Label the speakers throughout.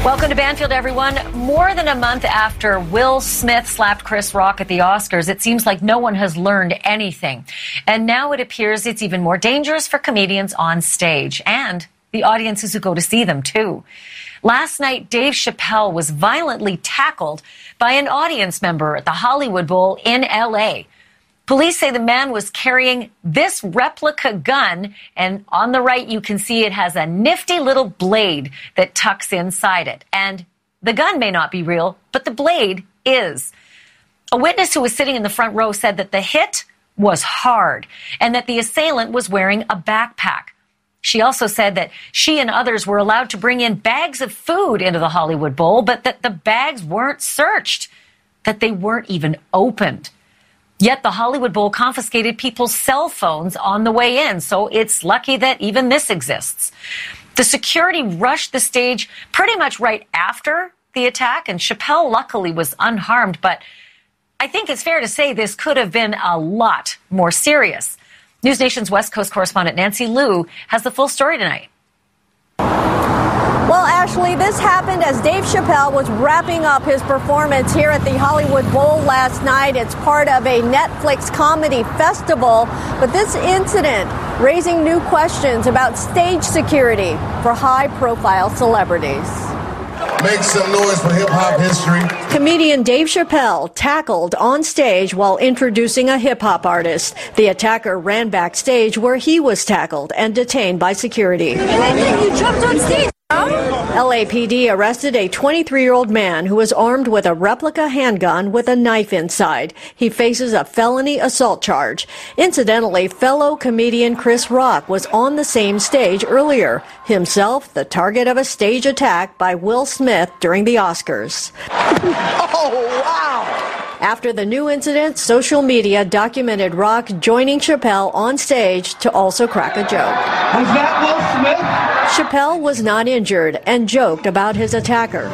Speaker 1: Welcome to Banfield, everyone. More than a month after Will Smith slapped Chris Rock at the Oscars, it seems like no one has learned anything. And now it appears it's even more dangerous for comedians on stage and the audiences who go to see them, too. Last night, Dave Chappelle was violently tackled by an audience member at the Hollywood Bowl in L.A. Police say the man was carrying this replica gun, and on the right you can see it has a nifty little blade that tucks inside it. And the gun may not be real, but the blade is. A witness who was sitting in the front row said that the hit was hard and that the assailant was wearing a backpack. She also said that she and others were allowed to bring in bags of food into the Hollywood Bowl, but that the bags weren't searched, that they weren't even opened. Yet the Hollywood Bowl confiscated people's cell phones on the way in, so it's lucky that even this exists. The security rushed the stage pretty much right after the attack, and Chappelle luckily was unharmed, but I think it's fair to say this could have been a lot more serious. News Nation's West Coast correspondent Nancy Liu has the full story tonight.
Speaker 2: Well, Ashley, this happened as Dave Chappelle was wrapping up his performance here at the Hollywood Bowl last night. It's part of a Netflix comedy festival. But this incident raising new questions about stage security for high-profile celebrities.
Speaker 3: Make some noise for hip-hop history.
Speaker 2: Comedian Dave Chappelle tackled on stage while introducing a hip-hop artist. The attacker ran backstage where he was tackled and detained by security.
Speaker 4: You jumped on stage.
Speaker 2: LAPD arrested a 23-year-old man who was armed with a replica handgun with a knife inside. He faces a felony assault charge. Incidentally, fellow comedian Chris Rock was on the same stage earlier, himself the target of a stage attack by Will Smith during the Oscars.
Speaker 3: Oh, wow!
Speaker 2: After the new incident, social media documented Rock joining Chappelle on stage to also crack a joke.
Speaker 5: Was that Will Smith?
Speaker 2: Chappelle was not injured and joked about his attacker.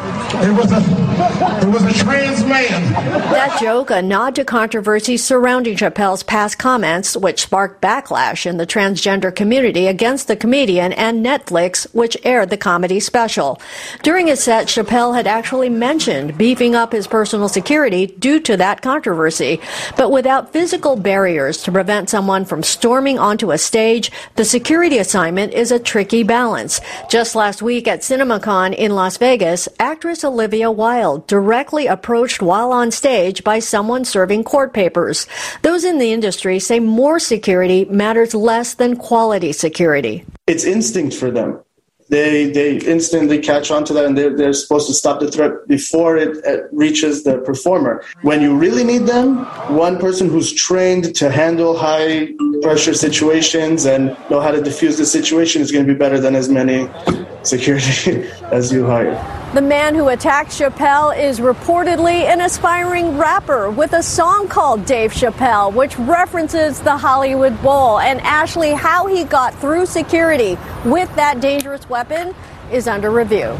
Speaker 3: It was a trans man.
Speaker 2: That joke, a nod to controversy surrounding Chappelle's past comments, which sparked backlash in the transgender community against the comedian and Netflix, which aired the comedy special. During his set, Chappelle had actually mentioned beefing up his personal security due to that controversy. But without physical barriers to prevent someone from storming onto a stage, the security assignment is a tricky balance. Just last week at CinemaCon in Las Vegas, actress Olivia Wilde directly approached while on stage by someone serving court papers. Those in the industry say more security matters less than quality security.
Speaker 6: It's instinct for them. They instantly catch on to that, and they're supposed to stop the threat before it reaches the performer. When you really need them, one person who's trained to handle high-pressure situations and know how to diffuse the situation is going to be better than as many security as you hire.
Speaker 2: The man who attacked Chappelle is reportedly an aspiring rapper with a song called Dave Chappelle, which references the Hollywood Bowl. And Ashley, how he got through security with that dangerous weapon is under review.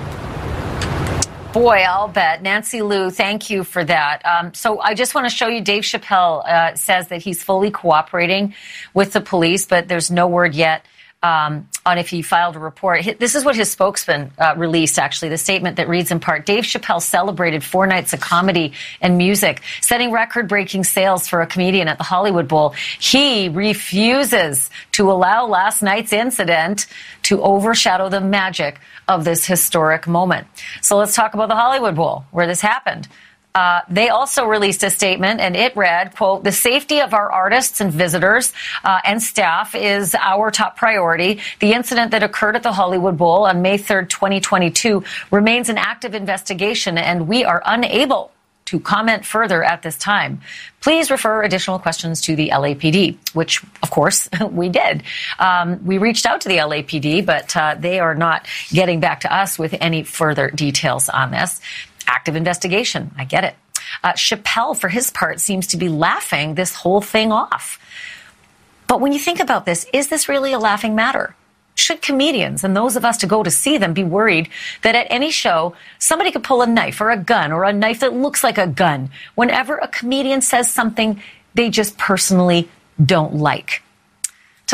Speaker 1: Boy, I'll bet. Nancy Liu, thank you for that. So I just want to show you Dave Chappelle says that he's fully cooperating with the police, but there's no word yet on if he filed a report. This is what his spokesman released, actually, the statement that reads in part, Dave Chappelle celebrated 4 nights of comedy and music, setting record-breaking sales for a comedian at the Hollywood Bowl. He refuses to allow last night's incident to overshadow the magic of this historic moment. So let's talk about the Hollywood Bowl, where this happened. They also released a statement, and it read, quote, the safety of our artists and visitors and staff is our top priority. The incident that occurred at the Hollywood Bowl on May 3rd, 2022 remains an active investigation, and we are unable to comment further at this time. Please refer additional questions to the LAPD, which, of course, we did. We reached out to the LAPD, but they are not getting back to us with any further details on this. Active investigation. I get it. Chappelle, for his part, seems to be laughing this whole thing off. But when you think about this, is this really a laughing matter? Should comedians and those of us to go to see them be worried that at any show, somebody could pull a knife or a gun or a knife that looks like a gun whenever a comedian says something they just personally don't like?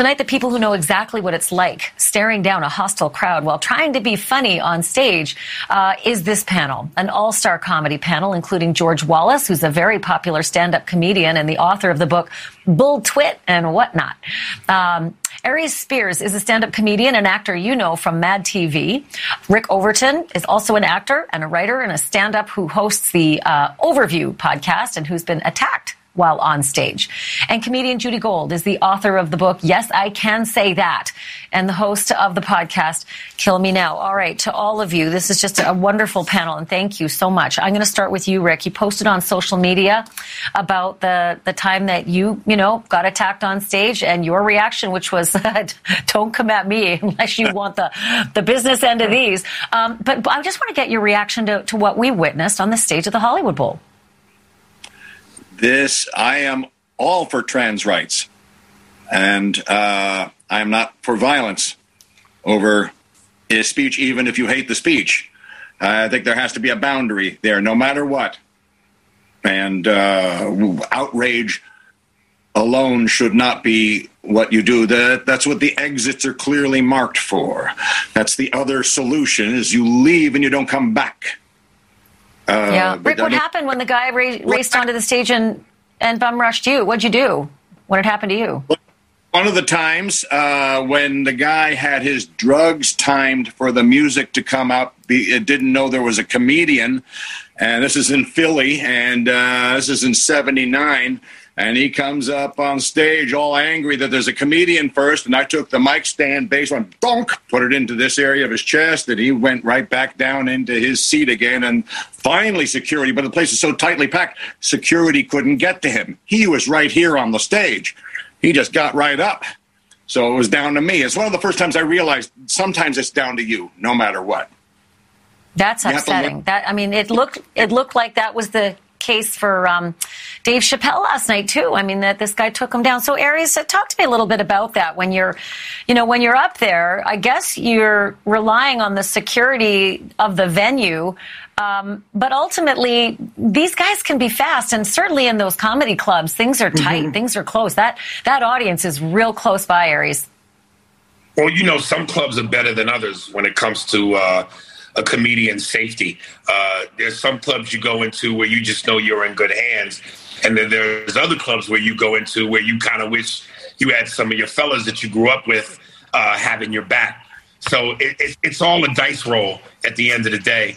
Speaker 1: Tonight, the people who know exactly what it's like staring down a hostile crowd while trying to be funny on stage is this panel, an all-star comedy panel, including George Wallace, who's a very popular stand-up comedian and the author of the book Bull Twit and Whatnot. Aries Spears is a stand-up comedian and actor you know from Mad TV. Rick Overton is also an actor and a writer and a stand-up who hosts the Overview podcast and who's been attacked while on stage. And comedian Judy Gold is the author of the book Yes, I Can Say That, and the host of the podcast Kill Me Now. All right, to all of you, this is just a wonderful panel, and thank you so much. I'm going to start with you, Rick. You posted on social media about the time that you got attacked on stage, and your reaction, which was, don't come at me unless you want the business end of these. But I just want to get your reaction to what we witnessed on the stage of the Hollywood Bowl.
Speaker 7: I am all for trans rights, and I am not for violence over his speech, even if you hate the speech. I think there has to be a boundary there, no matter what. And outrage alone should not be what you do. That's what the exits are clearly marked for. That's the other solution, is you leave and you don't come back.
Speaker 1: Rick, what happened when the guy raced onto the stage and bum rushed you? What'd you do when it happened to you?
Speaker 7: One of the times when the guy had his drugs timed for the music to come up, it didn't know there was a comedian, and this is in Philly, and this is in '79, and he comes up on stage all angry that there's a comedian first, and I took the mic stand, bass went donk, put it into this area of his chest, and he went right back down into his seat again, and finally security, but the place is so tightly packed, security couldn't get to him. He was right here on the stage. He just got right up. So it was down to me. It's one of the first times I realized sometimes it's down to you, no matter what.
Speaker 1: That's upsetting. It looked like that was the case for Dave Chappelle last night too. I mean, that this guy took him down. So Aries, talk to me a little bit about that. When you're up there, I guess you're relying on the security of the venue. But ultimately, these guys can be fast, and certainly in those comedy clubs, things are tight, things are close. That audience is real close by, Aries.
Speaker 8: Well, some clubs are better than others when it comes to a comedian's safety. There's some clubs you go into where you just know you're in good hands, and then there's other clubs where you go into where you kind of wish you had some of your fellas that you grew up with having your back. So it's all a dice roll at the end of the day.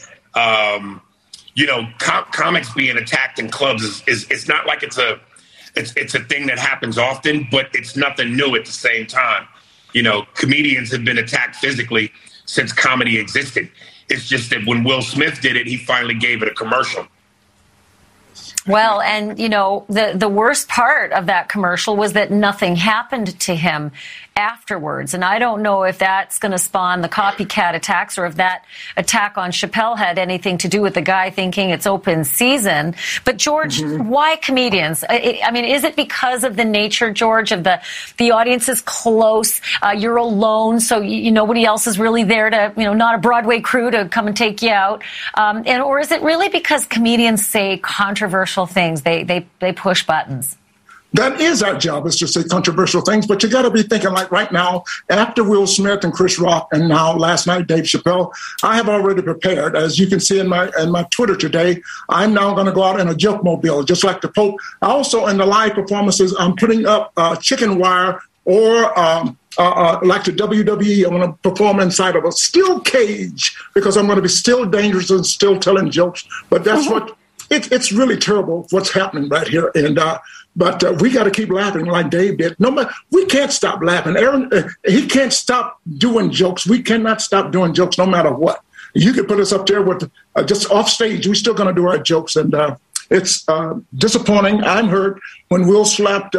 Speaker 8: Comics being attacked in clubs is not like it's a thing that happens often, but it's nothing new at the same time. Comedians have been attacked physically since comedy existed. It's just that when Will Smith did it, he finally gave it a commercial.
Speaker 1: Well, and, the worst part of that commercial was that nothing happened to him afterwards. And I don't know if that's going to spawn the copycat attacks or if that attack on Chappelle had anything to do with the guy thinking it's open season. But, George, why comedians? Is it because of the nature, George, of the audience is close, you're alone, so nobody else is really there to, not a Broadway crew to come and take you out? Or is it really because comedians say controversial things? They push buttons?
Speaker 9: That is our job, is to say controversial things. But you got to be thinking, like right now, after Will Smith and Chris Rock, and now last night Dave Chappelle, I have already prepared. As you can see in my Twitter today, I'm now going to go out in a joke mobile, just like the Pope. Also, in the live performances, I'm putting up chicken wire or like the WWE. I'm going to perform inside of a steel cage because I'm going to be still dangerous and still telling jokes. But that's what it's really terrible what's happening right here. And But we got to keep laughing like Dave did. No matter, we can't stop laughing. Aaron, he can't stop doing jokes. We cannot stop doing jokes no matter what. You could put us up there with just off stage. We're still going to do our jokes. And it's disappointing. I'm hurt when Will slapped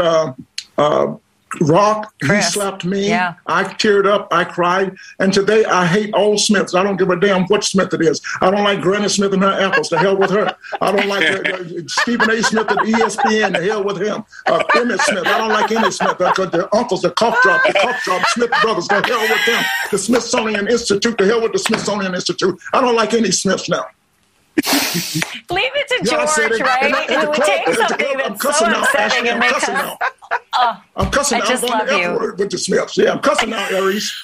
Speaker 9: Rock. Chris. He slapped me. Yeah. I teared up. I cried. And today I hate all Smiths. I don't give a damn what Smith it is. I don't like Granny Smith and her apples. To hell with her. I don't like Stephen A. Smith at ESPN. To hell with him. Emmett Smith. I don't like any Smith. The uncles, the cough drop Smith brothers. To hell with them. The Smithsonian Institute. To hell with the Smithsonian Institute. I don't like any Smiths now.
Speaker 1: Leave it to George, right? It would take something that's so upsetting and make us... Oh,
Speaker 9: I'm cussing out. I'm going to F-word with the Smiths. Yeah, I'm cussing out, Aries.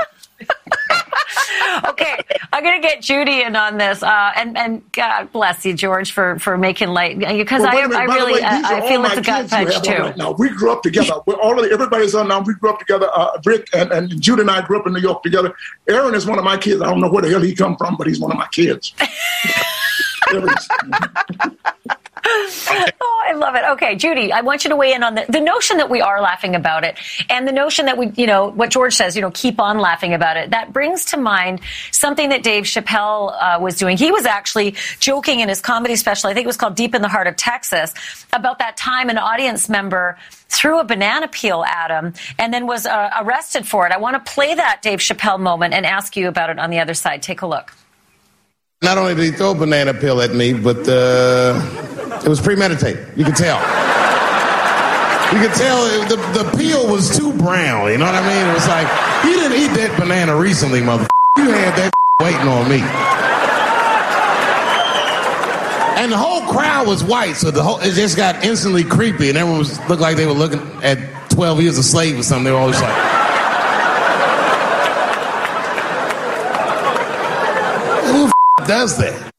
Speaker 1: Okay, I'm going to get Judy in on this, and God bless you, George, for making light, because I really feel it's a gut punch too. Right now, we grew up together. Everybody's on now. We grew up together. Rick and Judy and I grew up in New York together. Aaron is one of my kids. I don't know where the hell he come from, but he's one of my kids. Oh, I love it. Okay, Judy, I want you to weigh in on the notion that we are laughing about it, and the notion that we, what George says, keep on laughing about it. That brings to mind something that Dave Chappelle was doing. He was actually joking in his comedy special, I think it was called Deep in the Heart of Texas, about that time an audience member threw a banana peel at him and then was arrested for it. I want to play that Dave Chappelle moment and ask you about it on the other side. Take a look.
Speaker 10: Not only did he throw a banana peel at me, but it was premeditated. You could tell. You could tell the peel was too brown, you know what I mean? It was like, you didn't eat that banana recently, motherfucker. You had that waiting on me. And the whole crowd was white, so it just got instantly creepy, and everyone looked like they were looking at 12 Years a Slave or something. They were always like... does that?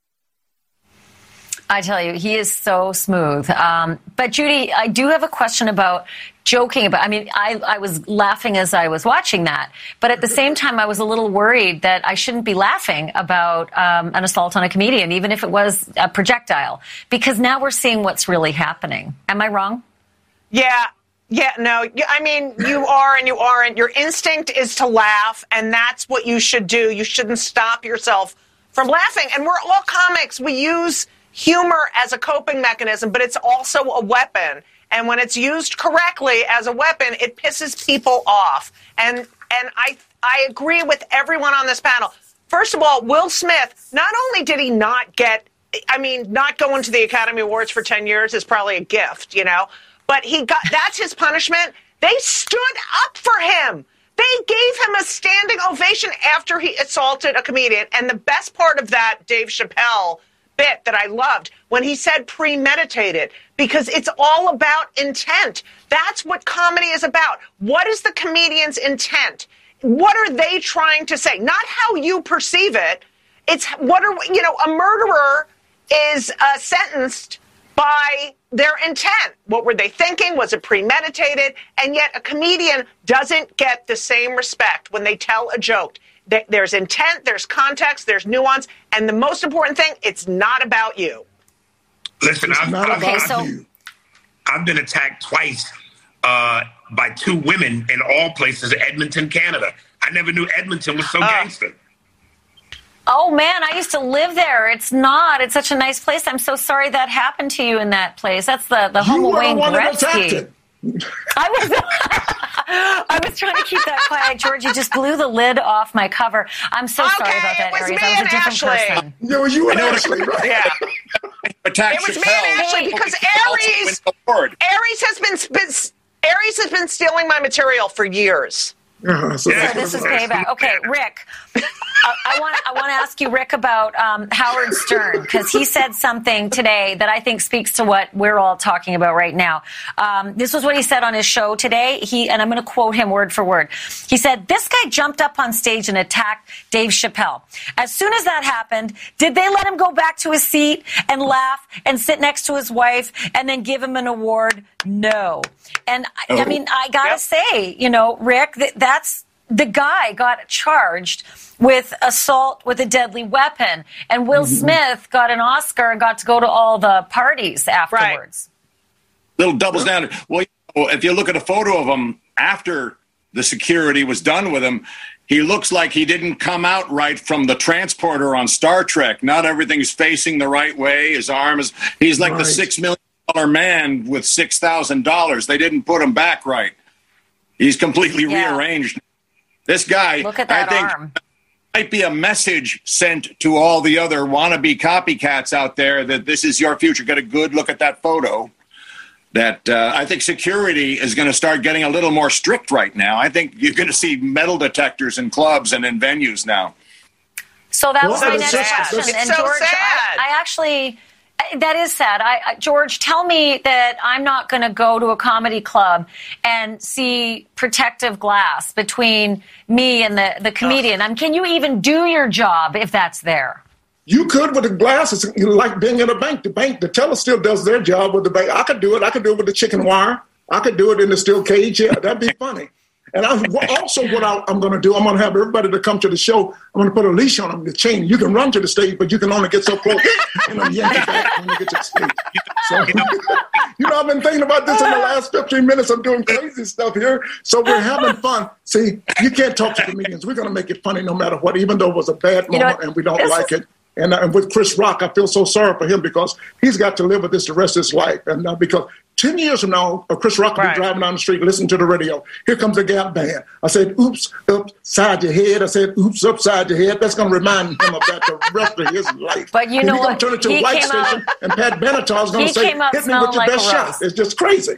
Speaker 1: I tell you, he is so smooth. But Judy, I do have a question about joking about. I mean, I was laughing as I was watching that, but at the same time, I was a little worried that I shouldn't be laughing about an assault on a comedian, even if it was a projectile, because now we're seeing what's really happening. Am I wrong?
Speaker 11: Yeah, no. I mean, you are and you aren't. Your instinct is to laugh, and that's what you should do. You shouldn't stop yourself from laughing. And we're all comics. We use humor as a coping mechanism, but it's also a weapon. And when it's used correctly as a weapon, it pisses people off. And I agree with everyone on this panel. First of all, Will Smith, not only did he not going to the Academy Awards for 10 years is probably a gift, but that's his punishment. They stood up for him. They gave him a standing ovation after he assaulted a comedian. And the best part of that Dave Chappelle bit that I loved, when he said premeditated, because it's all about intent. That's what comedy is about. What is the comedian's intent? What are they trying to say? Not how you perceive it. It's a murderer is sentenced by their intent. What were they thinking? Was it premeditated? And yet a comedian doesn't get the same respect when they tell a joke. There's intent, there's context, there's nuance, and the most important thing, it's not about you.
Speaker 8: Listen, I've been attacked twice by two women in all places, Edmonton, Canada. I never knew Edmonton was so gangster.
Speaker 1: Oh, man, I used to live there. It's not. It's such a nice place. I'm so sorry that happened to you in that place. That's the home of Wayne Gretzky. I was trying to keep that quiet, George. You just blew the lid off my cover. I'm so sorry about that, Aries. I was a different person.
Speaker 9: It was you and Ashley, right?
Speaker 11: Yeah. It was me and Ashley because Aries has been stealing my material for years.
Speaker 1: So this is payback. Okay, Rick. I want to ask you, Rick, about Howard Stern, because he said something today that I think speaks to what we're all talking about right now. This was what he said on his show today. And I'm going to quote him word for word. He said, "This guy jumped up on stage and attacked Dave Chappelle. As soon as that happened, did they let him go back to his seat and laugh and sit next to his wife and then give him an award? No." And I mean, I got to say, Rick, that's the guy got charged with assault with a deadly weapon. And Will Smith got an Oscar and got to go to all the parties afterwards.
Speaker 7: Right. Little doubles down. Well, if you look at a photo of him after the security was done with him, he looks like he didn't come out right from the transporter on Star Trek. Not everything's facing the right way. His arm is, he's like the $6 million man with $6,000. They didn't put him back right. He's completely rearranged. This guy,
Speaker 1: look at that
Speaker 7: arm. Might be a message sent to all the other wannabe copycats out there that this is your future. Get a good look at that photo. That I think security is going to start getting a little more strict right now. I think you're going to see metal detectors in clubs and in venues now.
Speaker 1: So that was my
Speaker 11: So
Speaker 1: next
Speaker 11: sad.
Speaker 1: question.
Speaker 11: It's
Speaker 1: And
Speaker 11: so
Speaker 1: George,
Speaker 11: sad.
Speaker 1: I actually, that is sad. George, tell me that I'm not going to go to a comedy club and see protective glass between me and the comedian. Can you even do your job if that's there?
Speaker 9: You could with the glasses, like being in a bank. The teller still does their job with the bank. I could do it. I could do it with the chicken wire. I could do it in the steel cage. Yeah, that'd be funny. And I'm going to do, I'm going to have everybody to come to the show. I'm going to put a leash on them, the chain. You can run to the stage, but you can only get so close. And I'm yanking back when you get to the stage. So, I've been thinking about this in the last 15 minutes. I'm doing crazy stuff here. So we're having fun. See, you can't talk to comedians. We're going to make it funny no matter what, even though it was a bad moment and we don't like it. And with Chris Rock, I feel so sorry for him because he's got to live with this the rest of his life. And because 10 years from now, Chris Rock will be driving down the street, listening to the radio. Here comes the Gap Band. I said, oops, upside your head. I said, oops, upside your head. That's going to remind him of that the rest of his life.
Speaker 1: But you know what?
Speaker 9: He's going to turn it to a white station, and Pat Benatar is going to say, hit me with your best shot. It's just crazy.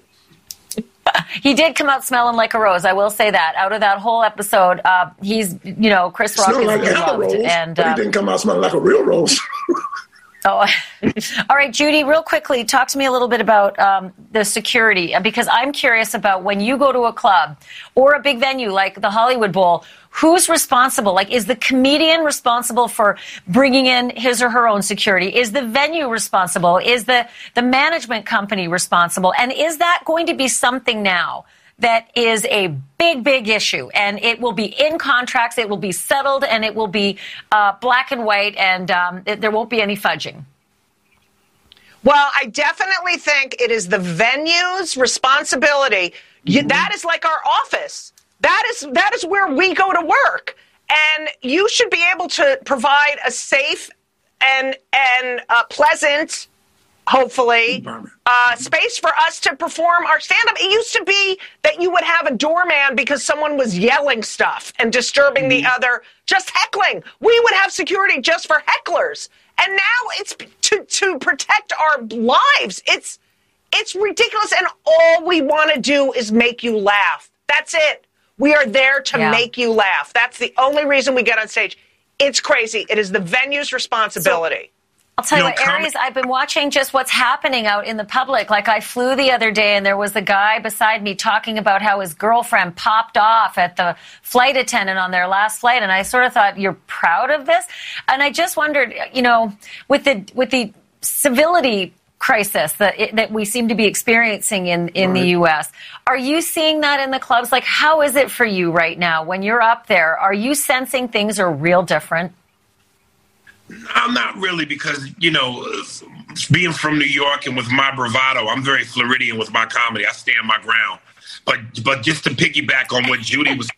Speaker 1: He did come out smelling like a rose. I will say that. Out of that whole episode, he's, Chris Rock is
Speaker 9: like
Speaker 1: loved. And
Speaker 9: but he didn't come out smelling like a real rose.
Speaker 1: Oh, all right, Judy, real quickly, talk to me a little bit about the security, because I'm curious about when you go to a club or a big venue like the Hollywood Bowl, who's responsible? Like, is the comedian responsible for bringing in his or her own security? Is the venue responsible? Is the management company responsible? And is that going to be something now that is a big, big issue, and it will be in contracts, it will be settled, and it will be black and white, and there won't be any fudging?
Speaker 11: Well, I definitely think it is the venue's responsibility. That is like our office. That is where we go to work, and you should be able to provide a safe and pleasant, hopefully, space for us to perform our stand-up. It used to be that you would have a doorman because someone was yelling stuff and disturbing the other, just heckling. We would have security just for hecklers. And now it's to protect our lives. It's ridiculous, and all we want to do is make you laugh. That's it. We are there to make you laugh. That's the only reason we get on stage. It's crazy. It is the venue's responsibility.
Speaker 1: I'll tell you what, Aries, I've been watching just what's happening out in the public. Like, I flew the other day and there was a guy beside me talking about how his girlfriend popped off at the flight attendant on their last flight. And I sort of thought, you're proud of this? And I just wondered, with the civility crisis that we seem to be experiencing in the U.S., are you seeing that in the clubs? Like, how is it for you right now when you're up there? Are you sensing things are real different?
Speaker 8: I'm not really, because, being from New York and with my bravado, I'm very Floridian with my comedy. I stand my ground. But just to piggyback on what Judy was,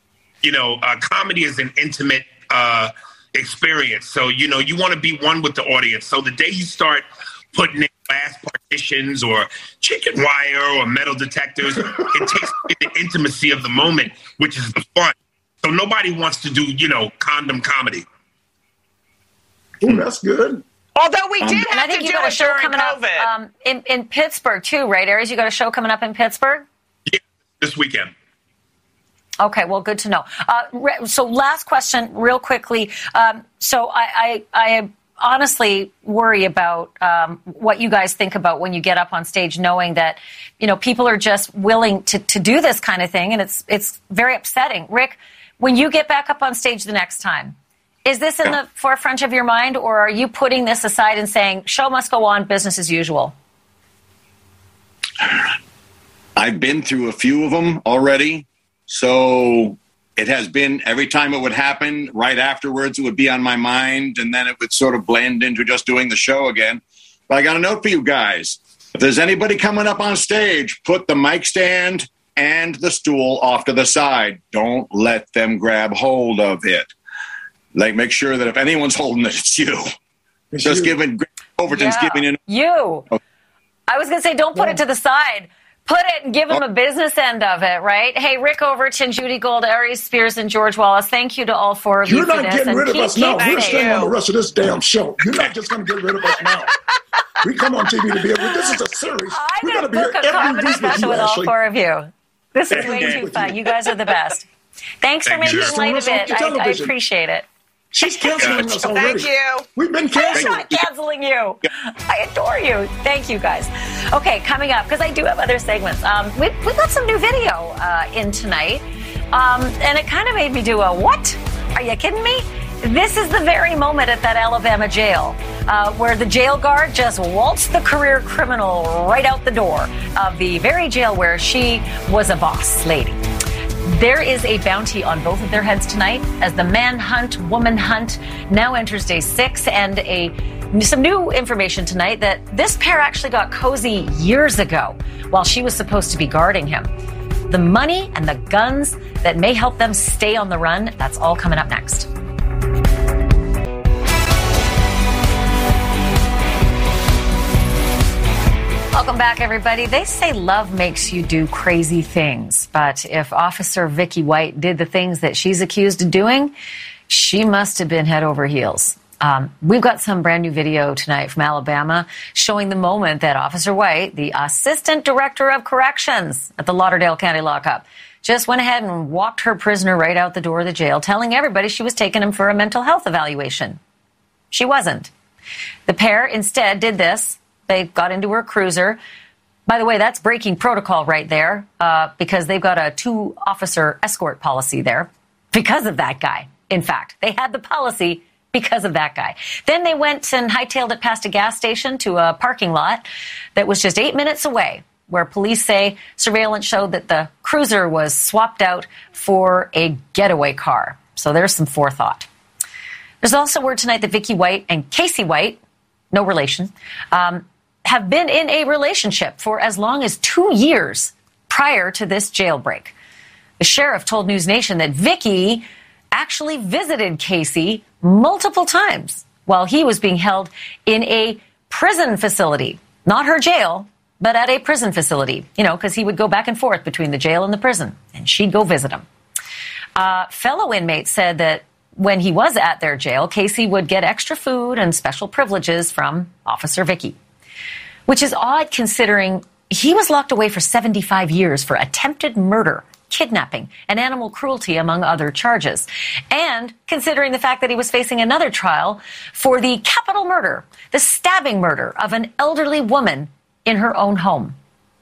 Speaker 8: comedy is an intimate experience. So, you want to be one with the audience. So the day you start putting in glass partitions or chicken wire or metal detectors, it takes away the intimacy of the moment, which is the fun. So nobody wants to do, condom comedy.
Speaker 9: Ooh, that's good.
Speaker 11: Although we did have to do
Speaker 1: a show
Speaker 11: during
Speaker 1: coming
Speaker 11: COVID.
Speaker 1: up in Pittsburgh too, right, Aries? You got a show coming up in Pittsburgh?
Speaker 8: Yeah, this weekend.
Speaker 1: Okay, well, good to know. So last question, real quickly. So I honestly worry about what you guys think about when you get up on stage, knowing that, people are just willing to do this kind of thing, and it's very upsetting. Rick, when you get back up on stage the next time, is this in the forefront of your mind, or are you putting this aside and saying, show must go on, business as usual?
Speaker 7: I've been through a few of them already. So it has been, every time it would happen, right afterwards, it would be on my mind, and then it would sort of blend into just doing the show again. But I got a note for you guys. If there's anybody coming up on stage, put the mic stand and the stool off to the side. Don't let them grab hold of it. Like, make sure that if anyone's holding it, it's you. Giving Overton's giving in.
Speaker 1: You. Okay. I was going to say, don't put it to the side. Put it and give them a business end of it, right? Hey, Rick Overton, Judy Gold, Aries Spears, and George Wallace, thank you to all four of you for this.
Speaker 9: You're not getting rid of us now. We're staying on the rest of this damn show. You're not just going to get rid of us now. We come on TV to be able. This is a series.
Speaker 1: I'm going to book a comedy special with all four of you. This is way too fun. You guys are the best. Thanks for making light of it. I appreciate it.
Speaker 9: She's canceling us already.
Speaker 11: Thank you.
Speaker 9: We've been canceled.
Speaker 1: I'm not canceling you. I adore you. Thank you, guys. Okay, coming up, because I do have other segments. We've got some new video in tonight, and it kind of made me do a what? Are you kidding me? This is the very moment at that Alabama jail where the jail guard just waltzed the career criminal right out the door of the very jail where she was a boss lady. There is a bounty on both of their heads tonight as the manhunt, woman hunt now enters day 6, and some new information tonight that this pair actually got cozy years ago while she was supposed to be guarding him. The money and the guns that may help them stay on the run, that's all coming up next. Welcome back, everybody. They say love makes you do crazy things, but if Officer Vicky White did the things that she's accused of doing, she must have been head over heels. We've got some brand new video tonight from Alabama showing the moment that Officer White, the Assistant Director of Corrections at the Lauderdale County Lockup, just went ahead and walked her prisoner right out the door of the jail, telling everybody she was taking him for a mental health evaluation. She wasn't. The pair instead did this. They got into her cruiser. By the way, that's breaking protocol right there because they've got a 2-officer escort policy there because of that guy. In fact, they had the policy because of that guy. Then they went and hightailed it past a gas station to a parking lot that was just 8 minutes away, where police say surveillance showed that the cruiser was swapped out for a getaway car. So there's some forethought. There's also word tonight that Vicky White and Casey White, no relation, have been in a relationship for as long as 2 years prior to this jailbreak. The sheriff told News Nation that Vicky actually visited Casey multiple times while he was being held in a prison facility. Not her jail, but at a prison facility, because he would go back and forth between the jail and the prison, and she'd go visit him. Fellow inmates said that when he was at their jail, Casey would get extra food and special privileges from Officer Vicky, which is odd considering he was locked away for 75 years for attempted murder, kidnapping, and animal cruelty, among other charges. And considering the fact that he was facing another trial for the capital murder, the stabbing murder of an elderly woman in her own home.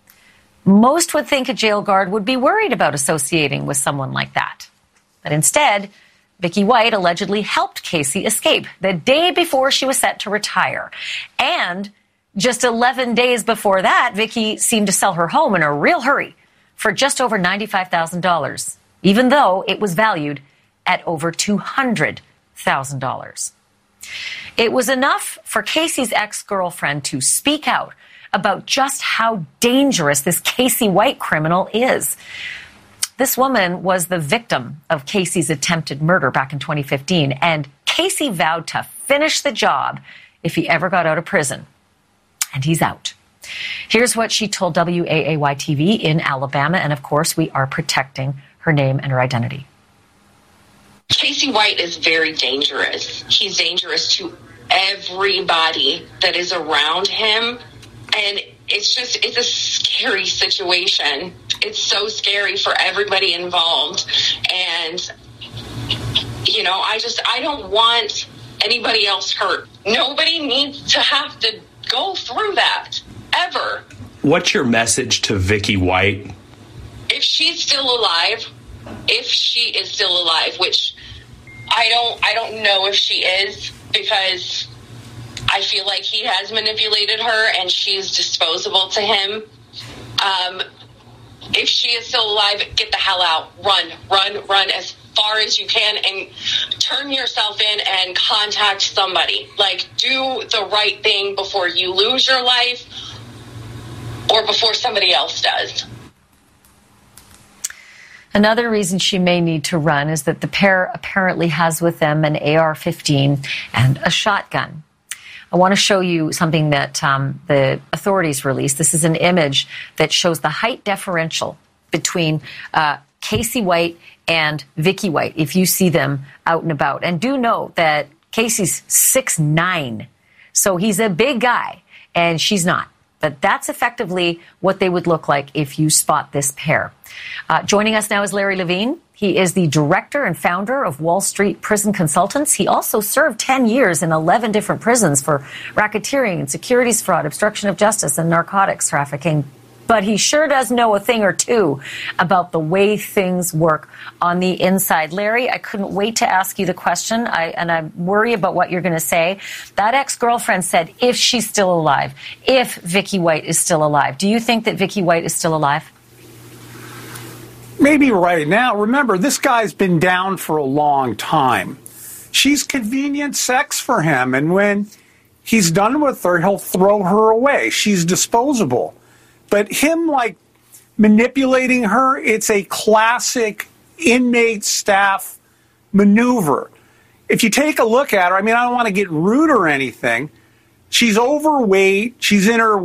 Speaker 1: Most would think a jail guard would be worried about associating with someone like that. But instead, Vicky White allegedly helped Casey escape the day before she was set to retire. And just 11 days before that, Vicky seemed to sell her home in a real hurry for just over $95,000, even though it was valued at over $200,000. It was enough for Casey's ex-girlfriend to speak out about just how dangerous this Casey White criminal is. This woman was the victim of Casey's attempted murder back in 2015, and Casey vowed to finish the job if he ever got out of prison. And he's out. Here's what she told WAAY-TV in Alabama, and of course, we are protecting her name and her identity.
Speaker 12: Casey White is very dangerous. He's dangerous to everybody that is around him, and it's a scary situation. It's so scary for everybody involved, and I don't want anybody else hurt. Nobody needs to have to go through that, ever.
Speaker 13: What's your message to Vicky White?
Speaker 12: If she's still alive, which I don't know if she is, because I feel like he has manipulated her and she's disposable to him. If she is still alive, get the hell out. Run as far as you can and turn yourself in and contact somebody. Do the right thing before you lose your life or before somebody else does.
Speaker 1: Another reason she may need to run is that the pair apparently has with them an AR-15 and a shotgun. I want to show you something that the authorities released. This is an image that shows the height differential between Casey White and Vicky White, if you see them out and about. And do note that Casey's 6'9", so he's a big guy, and she's not. But that's effectively what they would look like if you spot this pair. Joining us now is Larry Levine. He is the director and founder of Wall Street Prison Consultants. He also served 10 years in 11 different prisons for racketeering and securities fraud, obstruction of justice, and narcotics trafficking. But he sure does know a thing or two about the way things work on the inside. Larry, I couldn't wait to ask you the question, and I worry about what you're going to say. That ex-girlfriend said if she's still alive, if Vicky White is still alive. Do you think that Vicky White is still alive?
Speaker 14: Maybe right now. Remember, this guy's been down for a long time. She's convenient sex for him, and when he's done with her, he'll throw her away. She's disposable. But him, manipulating her, it's a classic inmate staff maneuver. If you take a look at her, I don't want to get rude or anything. She's overweight. She's in her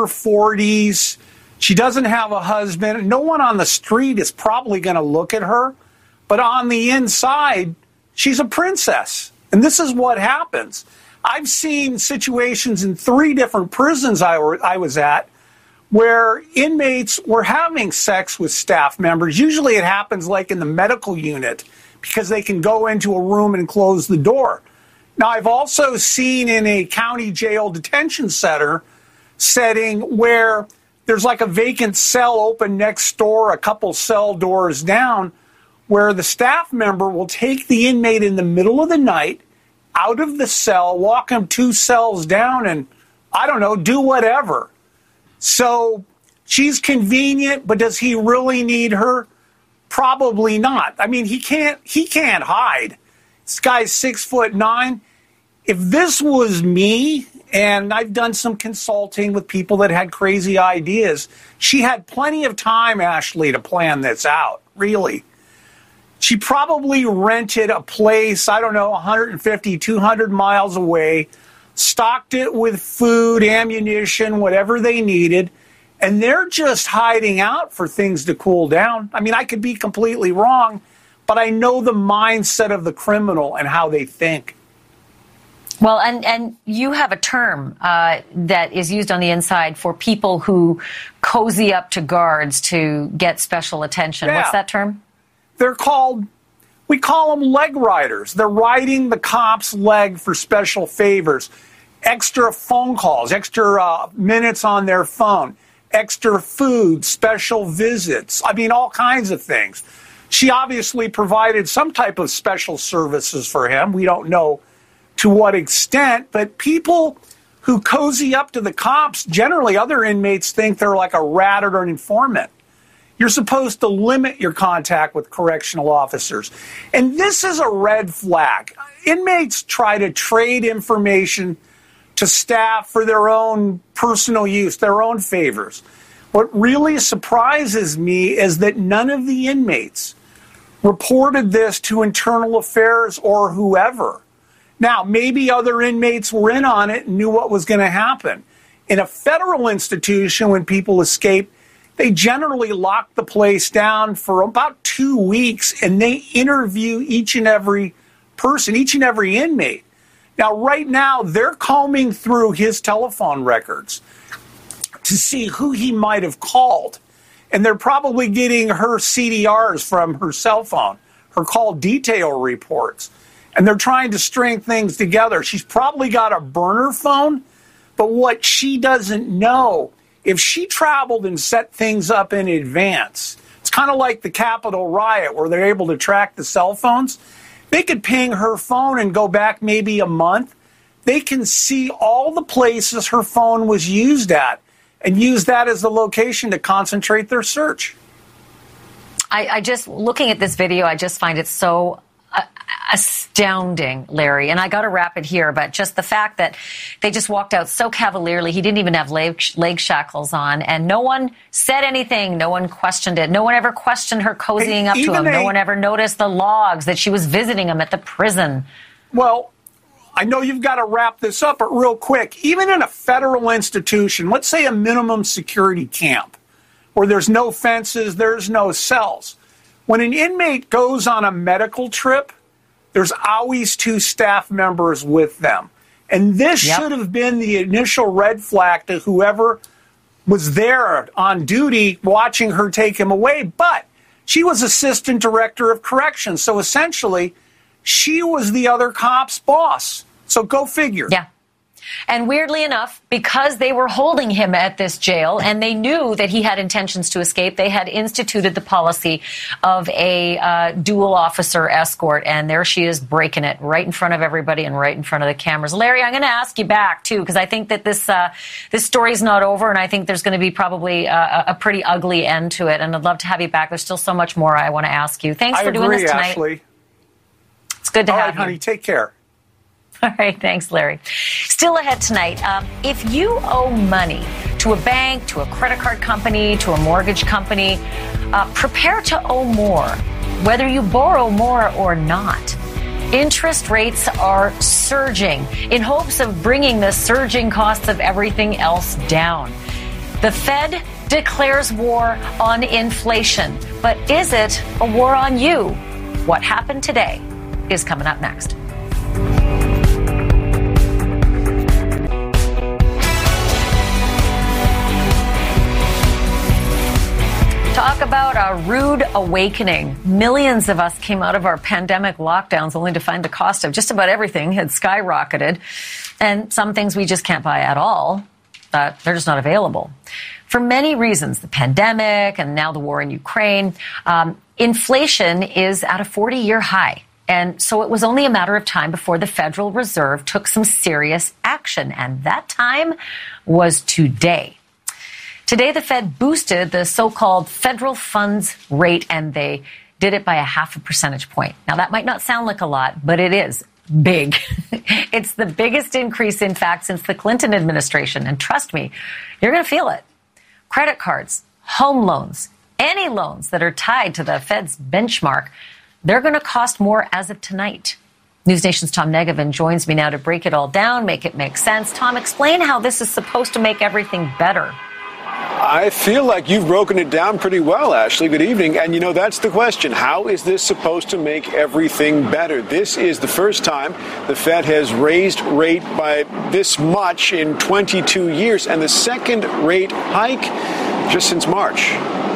Speaker 14: 40s. She doesn't have a husband. No one on the street is probably going to look at her. But on the inside, she's a princess. And this is what happens. I've seen situations in 3 different prisons I was at where inmates were having sex with staff members. Usually it happens in the medical unit because they can go into a room and close the door. Now, I've also seen in a county jail detention center setting where there's a vacant cell open next door, a couple cell doors down, where the staff member will take the inmate in the middle of the night out of the cell, walk him 2 cells down, and, do whatever. So she's convenient, but does he really need her? Probably not. He can't hide. This guy's 6'9". If this was me, and I've done some consulting with people that had crazy ideas, she had plenty of time, Ashley, to plan this out, really. She probably rented a place, 150, 200 miles away, stocked it with food, ammunition, whatever they needed, and they're just hiding out for things to cool down. I could be completely wrong, but I know the mindset of the criminal and how they think.
Speaker 1: Well, and you have a term that is used on the inside for people who cozy up to guards to get special attention. Yeah. What's that term?
Speaker 14: We call them leg riders. They're riding the cop's leg for special favors, extra phone calls, extra minutes on their phone, extra food, special visits. All kinds of things. She obviously provided some type of special services for him. We don't know to what extent, but people who cozy up to the cops, generally other inmates think they're like a rat or an informant. You're supposed to limit your contact with correctional officers. And this is a red flag. Inmates try to trade information to staff for their own personal use, their own favors. What really surprises me is that none of the inmates reported this to Internal Affairs or whoever. Now, maybe other inmates were in on it and knew what was going to happen. In a federal institution, when people escape, they generally lock the place down for about 2 weeks, and they interview each and every person, each and every inmate. Now, right now, they're combing through his telephone records to see who he might have called. And they're probably getting her CDRs from her cell phone, her call detail reports. And they're trying to string things together. She's probably got a burner phone, but what she doesn't know, if she traveled and set things up in advance, it's kind of like the Capitol riot where they're able to track the cell phones. They could ping her phone and go back maybe a month. They can see all the places her phone was used at and use that as the location to concentrate their search.
Speaker 1: I just, looking at this video, I just find it so astounding, Larry. And I got to wrap it here, but just the fact that they just walked out so cavalierly. He didn't even have leg shackles on, and no one said anything. No one questioned it. No one ever questioned her cozying up to him. No one ever noticed the logs that she was visiting him at the prison.
Speaker 14: Well, I know you've got to wrap this up, but real quick, even in a federal institution, let's say a minimum security camp, where there's no fences, there's no cells. When an inmate goes on a medical trip, there's always 2 staff members with them. And this should have been the initial red flag to whoever was there on duty watching her take him away, but she was assistant director of corrections. So essentially, she was the other cop's boss. So go figure.
Speaker 1: Yeah. And weirdly enough, because they were holding him at this jail and they knew that he had intentions to escape, they had instituted the policy of a dual officer escort. And there she is breaking it right in front of everybody and right in front of the cameras. Larry, I'm going to ask you back, too, because I think that this story's not over. And I think there's going to be probably a pretty ugly end to it. And I'd love to have you back. There's still so much more I want to ask you. Thanks for doing this tonight.
Speaker 14: Ashley.
Speaker 1: It's good to have you.
Speaker 14: Honey, take care.
Speaker 1: All right, thanks, Larry. Still ahead tonight, if you owe money to a bank, to a credit card company, to a mortgage company, prepare to owe more, whether you borrow more or not. Interest rates are surging in hopes of bringing the surging costs of everything else down. The Fed declares war on inflation, but is it a war on you? What happened today is coming up next. Talk about a rude awakening. Millions of us came out of our pandemic lockdowns only to find the cost of just about everything had skyrocketed. And some things we just can't buy at all. They're just not available. For many reasons, the pandemic and now the war in Ukraine, inflation is at a 40-year high. And so it was only a matter of time before the Federal Reserve took some serious action. And that time was today. Today, the Fed boosted the so-called federal funds rate, and they did it by 0.5 percentage point. Now, that might not sound like a lot, but it is big. It's the biggest increase, in fact, since the Clinton administration. And trust me, you're going to feel it. Credit cards, home loans, any loans that are tied to the Fed's benchmark, they're going to cost more as of tonight. News Nation's Tom Negevin joins me now to break it all down, make it make sense. Tom, explain how this is supposed to make everything better.
Speaker 15: I feel like you've broken it down pretty well, Ashley. Good evening. And, that's the question. How is this supposed to make everything better? This is the first time the Fed has raised rate by this much in 22 years, and the second rate hike just since March.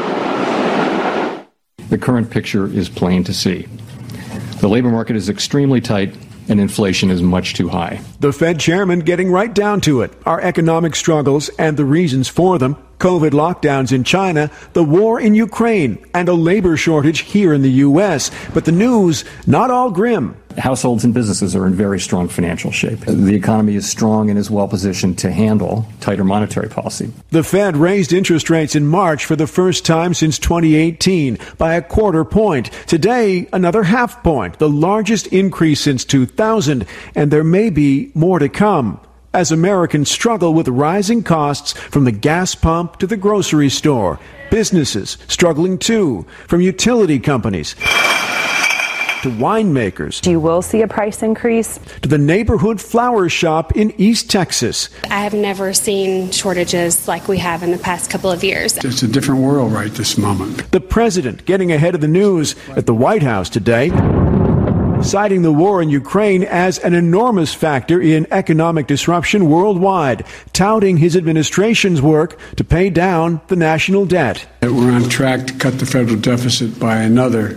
Speaker 16: The current picture is plain to see. The labor market is extremely tight, and inflation is much too high.
Speaker 17: The Fed chairman getting right down to it. Our economic struggles and the reasons for them. COVID lockdowns in China, the war in Ukraine, and a labor shortage here in the U.S. But the news, not all grim.
Speaker 16: Households and businesses are in very strong financial shape. The economy is strong and is well positioned to handle tighter monetary policy.
Speaker 17: The Fed raised interest rates in March for the first time since 2018 by 0.25 point. Today, another 0.5 point, the largest increase since 2000, and there may be more to come. As Americans struggle with rising costs from the gas pump to the grocery store, businesses struggling too, from utility companies to winemakers.
Speaker 18: You will see a price increase.
Speaker 17: To the neighborhood flower shop in East Texas.
Speaker 19: I have never seen shortages like we have in the past couple of years.
Speaker 20: It's a different world right this moment.
Speaker 17: The president getting ahead of the news at the White House today, citing the war in Ukraine as an enormous factor in economic disruption worldwide, touting his administration's work to pay down the national debt.
Speaker 20: We're on track to cut the federal deficit by another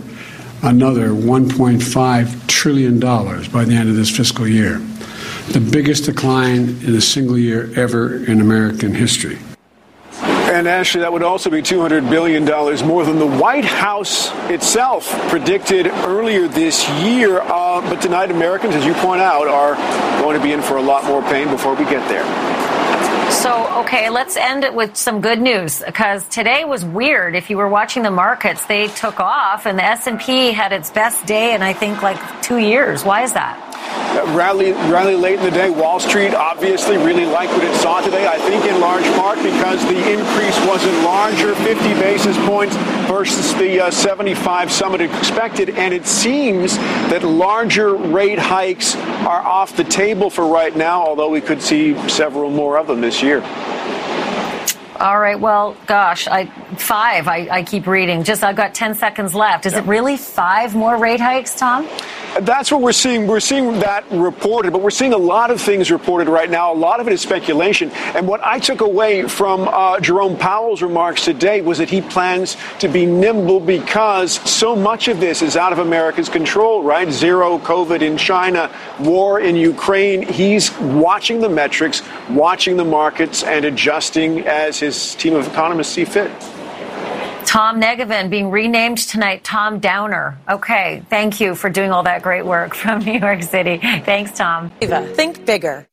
Speaker 20: $1.5 trillion by the end of this fiscal year. The biggest decline in a single year ever in American history.
Speaker 15: And Ashley, that would also be $200 billion more than the White House itself predicted earlier this year. But tonight, Americans, as you point out, are going to be in for a lot more pain before we get there.
Speaker 1: So, okay, let's end it with some good news, because today was weird. If you were watching the markets, they took off, and the S&P had its best day in, I think, like 2 years. Why is that?
Speaker 15: Rally late in the day. Wall Street obviously really liked what it saw today, I think in large part because the increase wasn't larger, 50 basis points versus the 75 some had expected. And it seems that larger rate hikes are off the table for right now, although we could see several more of them this year.
Speaker 1: All right. Well, gosh, five. I keep reading. I've got 10 seconds left. Is it really 5 more rate hikes, Tom?
Speaker 15: That's what we're seeing. We're seeing that reported, but we're seeing a lot of things reported right now. A lot of it is speculation. And what I took away from Jerome Powell's remarks today was that he plans to be nimble because so much of this is out of America's control, right? Zero COVID in China, war in Ukraine. He's watching the metrics, watching the markets, and adjusting as his team of economists see fit.
Speaker 1: Tom Negevin being renamed tonight Tom Downer. Okay, thank you for doing all that great work from New York City. Thanks, Tom.
Speaker 11: Think bigger.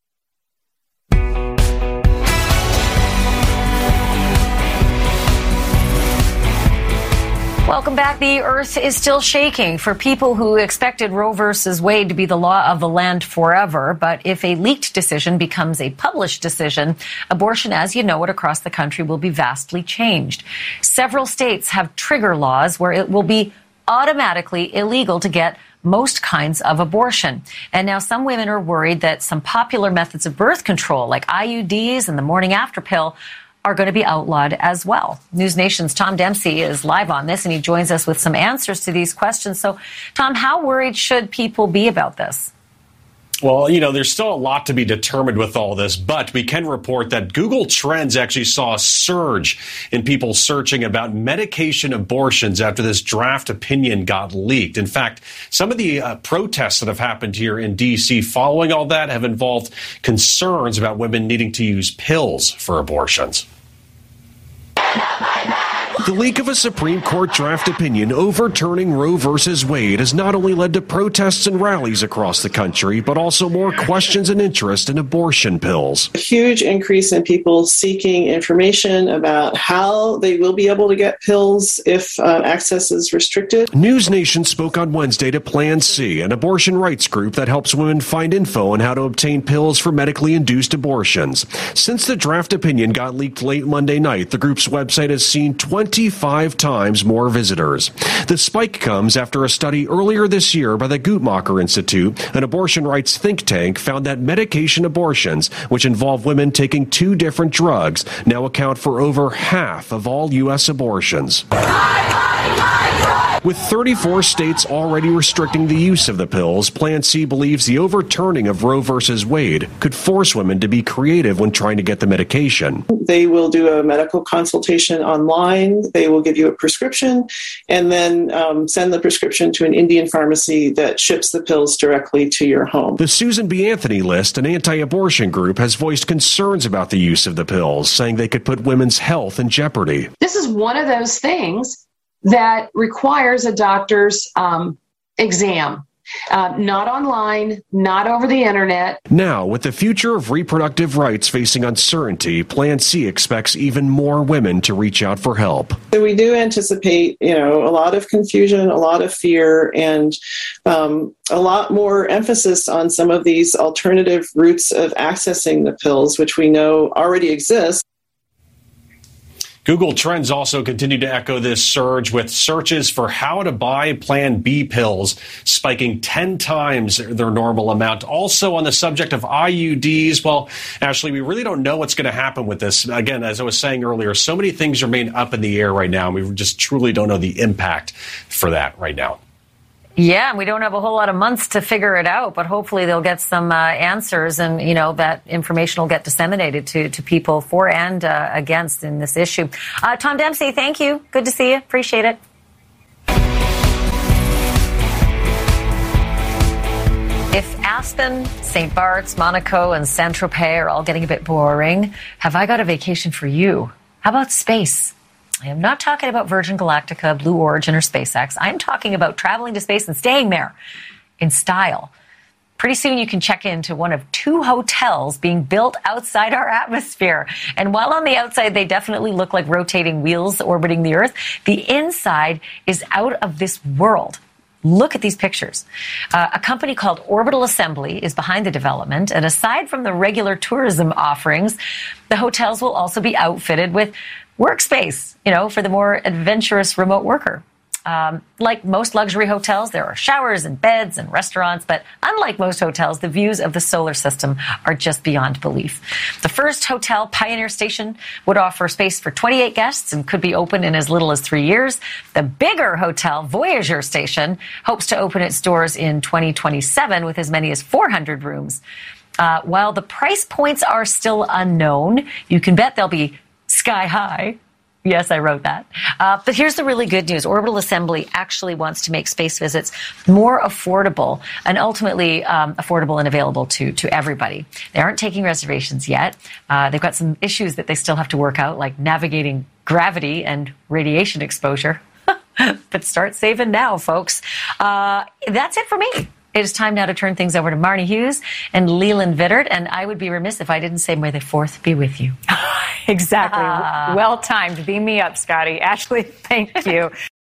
Speaker 1: Welcome back. The earth is still shaking for people who expected Roe versus Wade to be the law of the land forever. But if a leaked decision becomes a published decision, abortion as you know it across the country will be vastly changed. Several states have trigger laws where it will be automatically illegal to get most kinds of abortion. And now some women are worried that some popular methods of birth control, like IUDs and the morning after pill, are going to be outlawed as well. News Nation's Tom Dempsey is live on this, and he joins us with some answers to these questions. So, Tom, how worried should people be about this?
Speaker 21: Well, there's still a lot to be determined with all this, but we can report that Google Trends actually saw a surge in people searching about medication abortions after this draft opinion got leaked. In fact, some of the protests that have happened here in D.C. following all that have involved concerns about women needing to use pills for abortions.
Speaker 22: The leak of a Supreme Court draft opinion overturning Roe versus Wade has not only led to protests and rallies across the country, but also more questions and interest in abortion pills.
Speaker 23: A huge increase in people seeking information about how they will be able to get pills if access is restricted.
Speaker 22: News Nation spoke on Wednesday to Plan C, an abortion rights group that helps women find info on how to obtain pills for medically induced abortions. Since the draft opinion got leaked late Monday night, the group's website has seen 25 times more visitors. The spike comes after a study earlier this year by the Guttmacher Institute, an abortion rights think tank, found that medication abortions, which involve women taking 2 different drugs, now account for over half of all U.S. abortions. With 34 states already restricting the use of the pills, Plan C believes the overturning of Roe versus Wade could force women to be creative when trying to get the medication.
Speaker 23: They will do a medical consultation online. They will give you a prescription and then send the prescription to an Indian pharmacy that ships the pills directly to your home.
Speaker 22: The Susan B. Anthony List, an anti-abortion group, has voiced concerns about the use of the pills, saying they could put women's health in jeopardy.
Speaker 24: This is one of those things that requires a doctor's exam. Not online, not over the internet.
Speaker 22: Now, with the future of reproductive rights facing uncertainty, Plan C expects even more women to reach out for help.
Speaker 23: So we do anticipate, a lot of confusion, a lot of fear, and a lot more emphasis on some of these alternative routes of accessing the pills, which we know already exist.
Speaker 21: Google Trends also continued to echo this surge with searches for how to buy Plan B pills spiking 10 times their normal amount. Also on the subject of IUDs, well, Ashley, we really don't know what's going to happen with this. Again, as I was saying earlier, so many things remain up in the air right now, and we just truly don't know the impact for that right now.
Speaker 1: Yeah, and we don't have a whole lot of months to figure it out, but hopefully they'll get some answers, and that information will get disseminated to people for and against in this issue. Tom Dempsey, thank you. Good to see you. Appreciate it. If Aspen, St. Bart's, Monaco, and Saint-Tropez are all getting a bit boring, have I got a vacation for you? How about space? I am not talking about Virgin Galactica, Blue Origin, or SpaceX. I'm talking about traveling to space and staying there in style. Pretty soon you can check into one of 2 hotels being built outside our atmosphere. And while on the outside they definitely look like rotating wheels orbiting the Earth, the inside is out of this world. Look at these pictures. A company called Orbital Assembly is behind the development. And aside from the regular tourism offerings, the hotels will also be outfitted with workspace, for the more adventurous remote worker. Like most luxury hotels, there are showers and beds and restaurants, but unlike most hotels, the views of the solar system are just beyond belief. The first hotel, Pioneer Station, would offer space for 28 guests and could be open in as little as 3 years. The bigger hotel, Voyager Station, hopes to open its doors in 2027 with as many as 400 rooms. While the price points are still unknown, you can bet they'll be sky high. Yes, I wrote that. But here's the really good news. Orbital Assembly actually wants to make space visits more affordable and ultimately affordable and available to everybody. They aren't taking reservations yet. They've got some issues that they still have to work out, like navigating gravity and radiation exposure. But start saving now, folks. That's it for me. It is time now to turn things over to Marnie Hughes and Leland Vittert. And I would be remiss if I didn't say, may the fourth be with you.
Speaker 3: Exactly. Well timed. Beam me up, Scotty. Ashley, thank you.